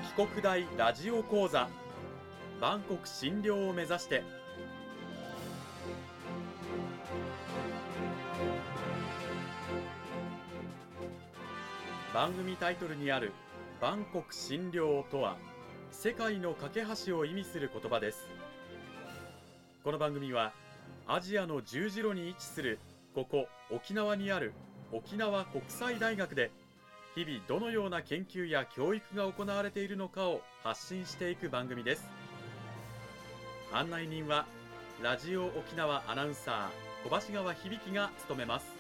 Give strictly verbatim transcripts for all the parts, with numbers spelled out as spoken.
帰国大ラジオ講座万国診療を目指して。番組タイトルにある万国診療とは世界の架け橋を意味する言葉です。この番組はアジアの十字路に位置するここ沖縄にある沖縄国際大学で日々どのような研究や教育が行われているのかを発信していく番組です。案内人はラジオ沖縄アナウンサー小橋川響が務めます。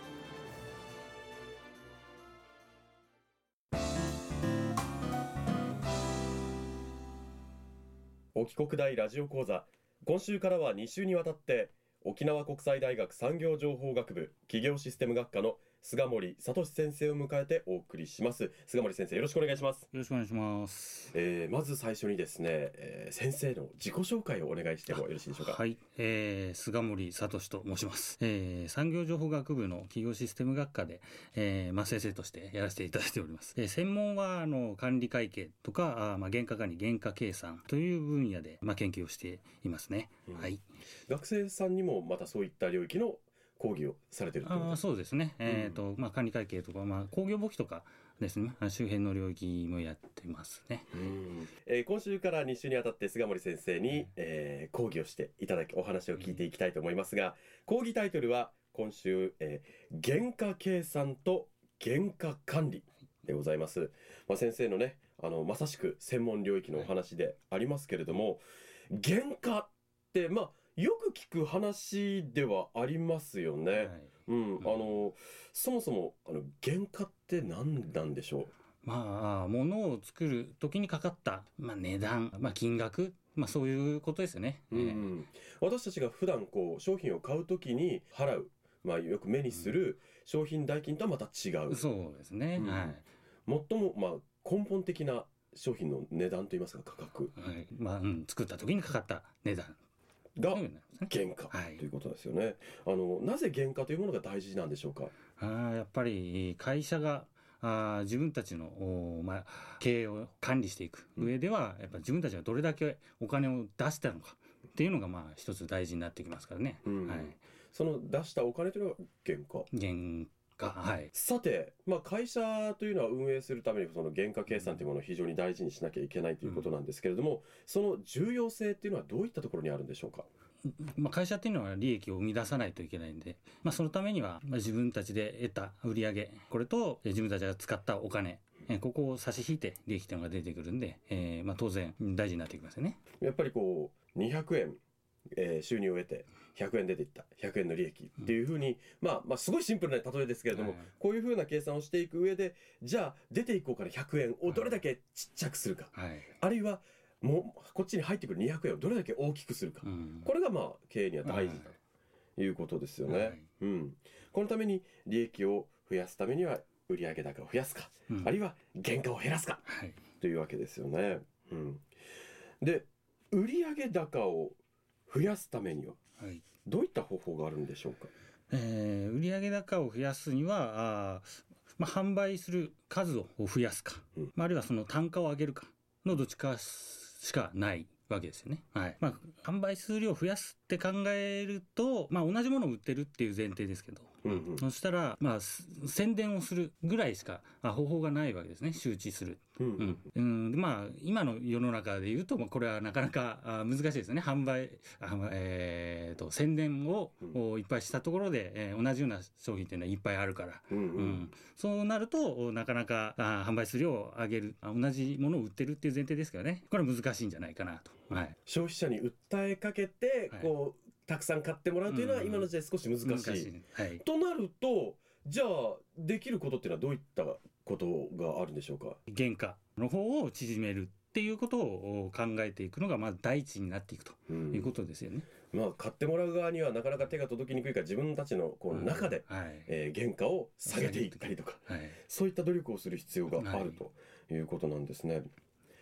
沖国大ラジオ講座、今週からはに週にわたって沖縄国際大学産業情報学部企業システム学科の菅森聡先生を迎えてお送りします。菅森先生、よろしくお願いします。 よろしくお願いします。 えー、まず最初にですね、えー、先生の自己紹介をお願いしてもよろしいでしょうか。 はい、えー、菅森聡と申します。えー、産業情報学部の企業システム学科で、えーまあ、先生としてやらせていただいております。えー、専門はあの管理会計とかあ、まあ、原価管理原価計算という分野で、まあ、研究をしていますね。うん、はい。 学生さんにもまたそういった領域の講義をされているということですか。 あ、そうですね、えーとまあ、管理会計とか、まあ、工業簿記とかですね、周辺の領域もやってますね。 うん、えー、今週からに週にわたって菅森先生に、うん、えー、講義をしていただきお話を聞いていきたいと思いますが、うん、講義タイトルは今週、えー、原価計算と原価管理でございます。まあ、先生のね、あのまさしく専門領域のお話でありますけれども、はい、原価ってまあよく聞く話ではありますよね。はい、うん、あのそもそもあの原価って何なんでしょう。 まあ物を作る時にかかった、まあ、値段、まあ、金額、まあ、そういうことですよね。 うんうん、私たちが普段こう商品を買う時に払う、まあ、よく目にする商品代金とはまた違う。 うん、そうですね。うん、はい、 最も、まあ、根本的な商品の値段といいますか価格、 はい、まあうん、作った時にかかった値段が原価ということですよね。はい、あのなぜ原価というものが大事なんでしょうか。 あ、やっぱり会社があ自分たちの、まあ、経営を管理していく上では、うん、やっぱ自分たちがどれだけお金を出したのかっていうのがまあ一つ大事になってきますからね。うん、はい、 その出したお金というのが原価。 原価、はい、 さて、まあ、会社というのは運営するためにその原価計算というものを非常に大事にしなきゃいけないということなんですけれども、うん、その重要性っていうのはどういったところにあるんでしょうか。 まあ、会社っていうのは利益を生み出さないといけないんで、まあ、そのためには自分たちで得た売上、これと自分たちが使ったお金、ここを差し引いて利益というのが出てくるんで、えーまあ、当然大事になってきますよね。 やっぱりこうにひゃくえん、えー、収入を得てひゃくえん出ていったひゃくえんの利益っていうふうに、うん、まあ、まあすごいシンプルな例えですけれども、はい、こういうふうな計算をしていく上で、じゃあ出ていこうからひゃくえんをどれだけちっちゃくするか、はい、あるいはもうこっちに入ってくるにひゃくえんをどれだけ大きくするか、うん、これがまあ経営には大事だということですよね。はい、うん、このために利益を増やすためには売上高を増やすか、うん、あるいは原価を減らすか、はい、というわけですよね。うん、で売上高を増やすためにはどういった方法があるんでしょうか。 えー、売上高を増やすにはあ、まあ、販売する数を増やすか、うん、あるいはその単価を上げるかのどっちかしかないわけですよね。はい、まあ、販売数量を増やすって考えると、まあ、同じものを売ってるっていう前提ですけど、うんうん、そしたら、まあ、宣伝をするぐらいしか方法がないわけですね。周知する、うんうんうん、まあ今の世の中でいうとこれはなかなか難しいですね。販売、えー、と宣伝をいっぱいしたところで、えー、同じような商品っていうのはいっぱいあるから、うんうんうん、そうなるとなかなかあ販売数量を上げる、同じものを売ってるっていう前提ですからね、これは難しいんじゃないかなと。はい、 消費者に訴えかけてこう、はい、たくさん買ってもらうというのは今の時代少し難しい、うん、難しい、はい、となるとじゃあできることっていうのはどういったことがあるんでしょうか。 原価の方を縮めるっていうことを考えていくのがまず第一になっていくということですよね。 うん、まあ、買ってもらう側にはなかなか手が届きにくいから自分たちのこう中で、うん、はい、えー、原価を下げていったりとか、はい、そういった努力をする必要があるということなんですね。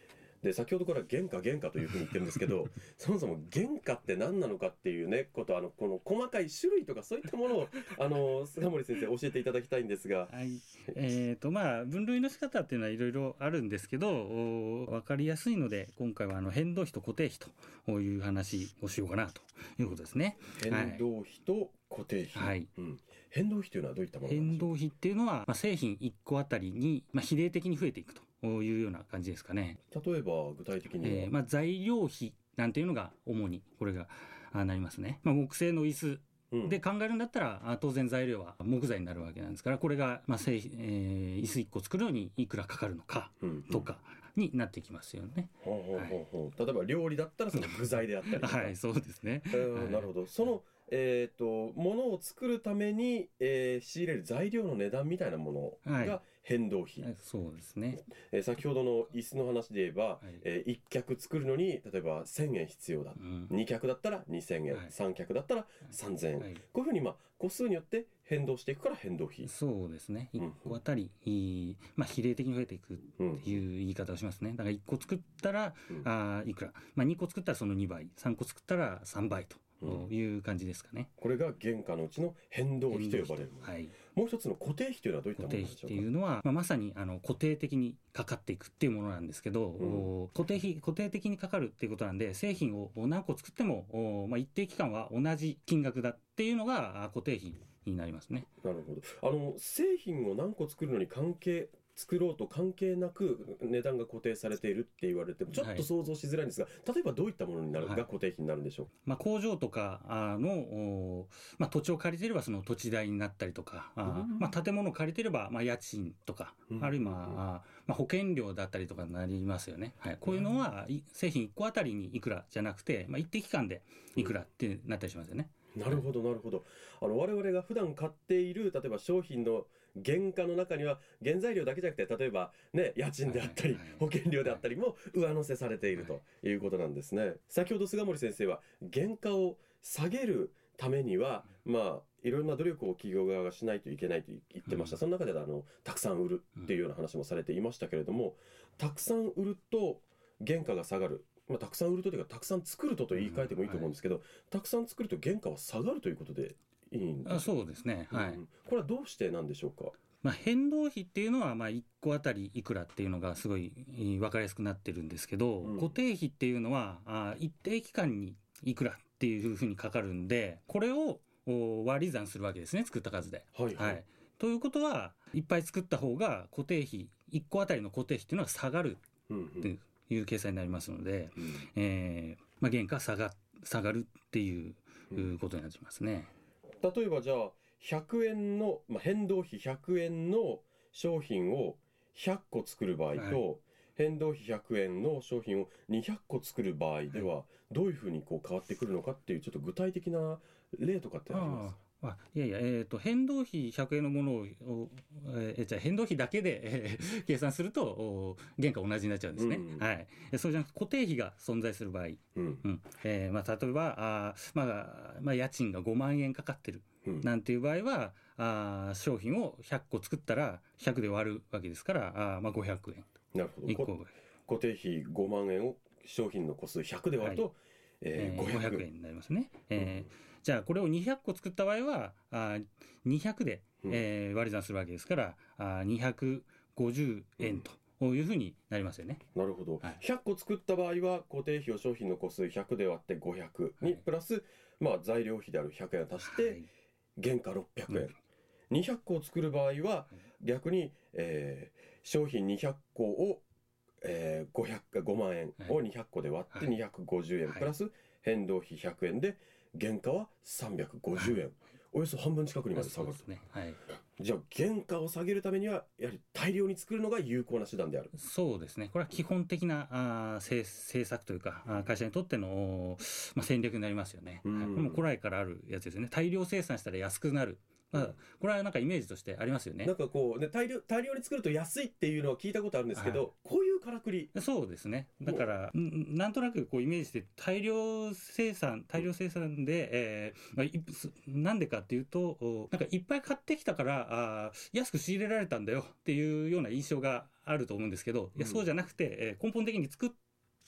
で先ほどから原価原価というふうに言ってるんですけどそもそも原価って何なのかっていうねこと、あのこの細かい種類とかそういったものをあの菅森先生教えていただきたいんですが、 はい、えーとまあ、分類の仕方っていうのはいろいろあるんですけど、分かりやすいので今回はあの変動費と固定費という話をしようかなということですね。 変動費と固定費、 はい、 うん、変動費というのはどういったものなんでしょうか。 変動費っていうのは、まあ、製品いっこあたりに、まあ、比例的に増えていくというような感じですかね。 例えば具体的には、 えーまあ、材料費なんていうのが主にこれがなりますね。まあ、木製の椅子で考えるんだったら、うん、当然材料は木材になるわけなんですから、これが、まあ製えー、椅子いっこ作るのにいくらかかるのかとかになってきますよね。 例えば料理だったらその具材であったりとかはいそうですね、 えーはい、なるほど。そのえー、と物を作るために、えー、仕入れる材料の値段みたいなものが変動費、はい、 そうですね、 えー、先ほどの椅子の話で言えば、はいえー、いっ脚作るのに例えばせんえん必要だ、うん、に脚だったらにせんえん、はい、さん脚だったらさんぜんえん、はい、こういうふうに、まあ、個数によって変動していくから変動費。 そうですね、いっこあたり、うんまあ、比例的に増えていくっていう言い方をしますね。だからいっこ作ったら、うん、あいくら、まあ、にこ作ったらそのにばい、さんこ作ったらさんばいとという感じですかね。 これが原価のうちの変動費と呼ばれるもの、はい、もう一つの固定費というのはどういったものでしょうか。 固定費っていうのは、まあ、まさにあの固定的にかかっていくっていうものなんですけど、うん、固定費固定的にかかるっていうことなんで、製品を何個作っても、まあ、一定期間は同じ金額だっていうのが固定費になりますね。 なるほど。あの製品を何個作るのに関係作ろうと関係なく値段が固定されているって言われてもちょっと想像しづらいんですが、はい、例えばどういったものになる、はい、が固定費になるんでしょうか。 まあ、工場とかの、まあ、土地を借りていればその土地代になったりとか、あまあ、建物を借りていればまあ家賃とか、うん、あるいは、まあ、保険料だったりとかになりますよね、はい、こういうのは製品いっこあたりにいくらじゃなくて、まあ、一定期間でいくらってなったりしますよね。 なるほどなるほど。あの我々が普段買っている例えば商品の原価の中には原材料だけじゃなくて例えばね家賃であったり保険料であったりも上乗せされているということなんですね。先ほど菅森先生は原価を下げるためにはまあいろんな努力を企業側がしないといけないと言ってました。その中であのたくさん売るっていうような話もされていましたけれども、たくさん売ると原価が下がる、まあ、たくさん売るとというかたくさん作るとと言い換えてもいいと思うんですけど、うんはい、たくさん作ると原価は下がるということでいいんですか。 あそうですね、はい、うん、 これはどうしてなんでしょうか。 まあ、変動費っていうのはまあいっこあたりいくらっていうのがすごい分かりやすくなってるんですけど、うん、固定費っていうのはあ一定期間にいくらっていうふうにかかるんで、これを割り算するわけですね、作った数で。はいはいはい、ということはいっぱい作った方が固定費いっこあたりの固定費っていうのが下がるっていう計算になりますので、うんうんえーまあ、原価下が下がるっていうことになってますね。 例えばじゃあひゃくえんの、まあ、変動費ひゃくえんの商品をひゃっこ作る場合と、はい、変動費ひゃくえんの商品をにひゃっこ作る場合ではどういうふうにこう変わってくるのかっていうちょっと具体的な例とかってありますか。 あいやいや、えーと、変動費ひゃくえんのものを、えー、じゃあ変動費だけで、えー、計算すると原価同じになっちゃうんですね、うんうんはい、そうじゃなくて固定費が存在する場合、うんうんえーまあ、例えばあ、まあまあ、家賃がごまんえんかかってる、うん、なんていう場合はあ商品をひゃっこ作ったらひゃくで割るわけですからあ、まあ、ごひゃくえん。 なるほど。いっこ固定費ごまんえんを商品の個数ひゃくで割ると、はいえー、ごひゃくえんになりますね、えーうんじゃあこれをにひゃっこ作った場合はあにひゃくで、えー、割り算するわけですからあにひゃくごじゅうえんというふうになりますよね、 うん、なるほど、はい、ひゃっこ作った場合は固定費を商品の個数ひゃくで割ってごひゃくに、はい、プラス、まあ、材料費であるひゃくえんを足して、はい、原価ろっぴゃくえん、うん、にひゃっこを作る場合は逆に、えー、商品にひゃっこを、えー、ごひゃく ごまんえんをにひゃっこで割ってにひゃくごじゅうえん、はい、プラス変動費ひゃくえんで原価はさんびゃくごじゅうえん、はい、およそ半分近くにまで下がると、ねはい、じゃあ原価を下げるためにはやはり大量に作るのが有効な手段である。 そうですね、これは基本的なあ政策というか会社にとっての、まあ、戦略になりますよね、はい、これも古来からあるやつですね。大量生産したら安くなる、まあ、これはなんかイメージとしてありますよね。 なんかこうね 大量、大量に作ると安いっていうのは聞いたことあるんですけど、はい、こういうからくり。 そうですね。だからなんとなくこうイメージして大量生産大量生産で、えーまあ、なんでかっていうとなんかいっぱい買ってきたからあ安く仕入れられたんだよっていうような印象があると思うんですけど、いやそうじゃなくて、えー、根本的に作っ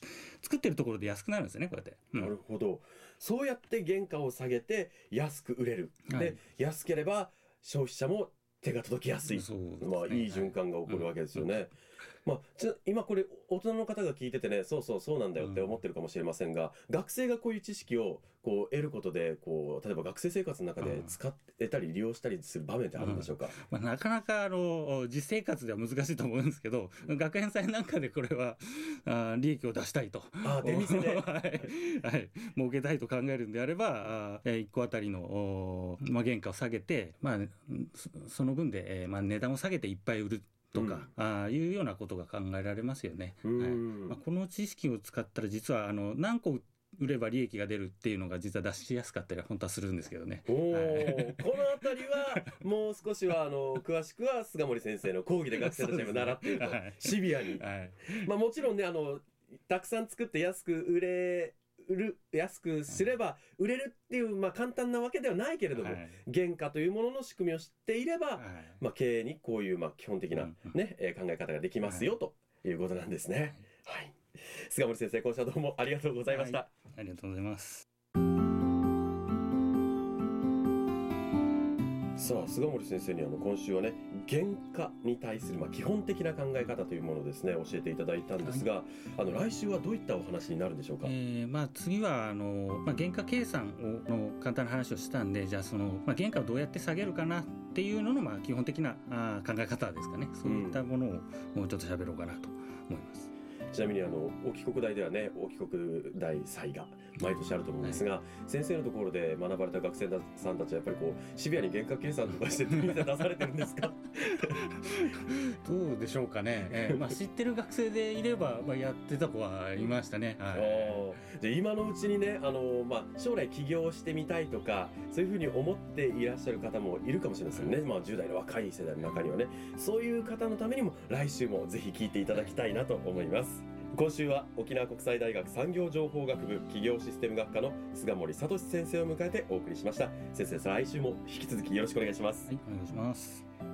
作ってるところで安くなるんですよね、こうやって、うん、 なるほど。そうやって原価を下げて安く売れる、はい、で安ければ消費者も手が届きやすい、そうですね、まあ、いい循環が起こるわけですよね、はい、うんまあ、ち今これ大人の方が聞いててね、そうそうそうなんだよって思ってるかもしれませんが、うん、学生がこういう知識をこう得ることでこう例えば学生生活の中で使ってたり利用したりする場面ってあるんでしょうか。 うんまあ、なかなかあの実生活では難しいと思うんですけど、学園祭なんかでこれはあ利益を出したいと、 あ出店で、 はいはい、儲けたいと考えるんであればあいっこあたりの、まあ、原価を下げて、まあ、その分で、えーまあ、値段を下げていっぱい売るとか、うん、あいうようなことが考えられますよね。はいまあ、この知識を使ったら実はあの何個売れば利益が出るっていうのが実は出しやすかったりは本当はするんですけどね。 おはい、このあたりはもう少しはあの詳しくは菅森先生の講義で学生たちが習っていると、ねはい、シビアに、はいまあ、もちろんねあのたくさん作って安く売れ売る安くすれば売れるっていう、まあ、簡単なわけではないけれども、はい、原価というものの仕組みを知っていれば、はいまあ、経営にこういう、まあ、基本的な、ねうんうん、考え方ができますよ、はい、ということなんですね、はい、菅森先生今週はどうもありがとうございました、はい、 ありがとうございます。 さあ菅森先生にあの今週はね原価に対するまあ基本的な考え方というものをですね教えていただいたんですが、はい、あの来週はどういったお話になるんでしょうか。 えーまあ、次はあの、まあ、原価計算をの簡単な話をしたんで、じゃあその、まあ、原価をどうやって下げるかなっていうののまあ基本的なあ考え方ですかね。そういったものをもうちょっと喋ろうかなと思います。 うん、ちなみにあの沖国大ではね沖国大祭が毎年あると思うんですが、はい、先生のところで学ばれた学生さんたちはやっぱりこうシビアに原価計算とかして出されてるんですか。 どうでしょうかね、えーまあ、知ってる学生でいれば、まあ、やってた子はいましたね、はい、 で今のうちにねあの、まあ、将来起業してみたいとかそういうふうに思っていらっしゃる方もいるかもしれませんね、まあ、じゅう代の若い世代の中にはねそういう方のためにも来週もぜひ聞いていただきたいなと思います。今週は沖縄国際大学産業情報学部企業システム学科の菅森聡先生を迎えてお送りしました。先生、来週も引き続きよろしくお願いします。 はい、お願いします。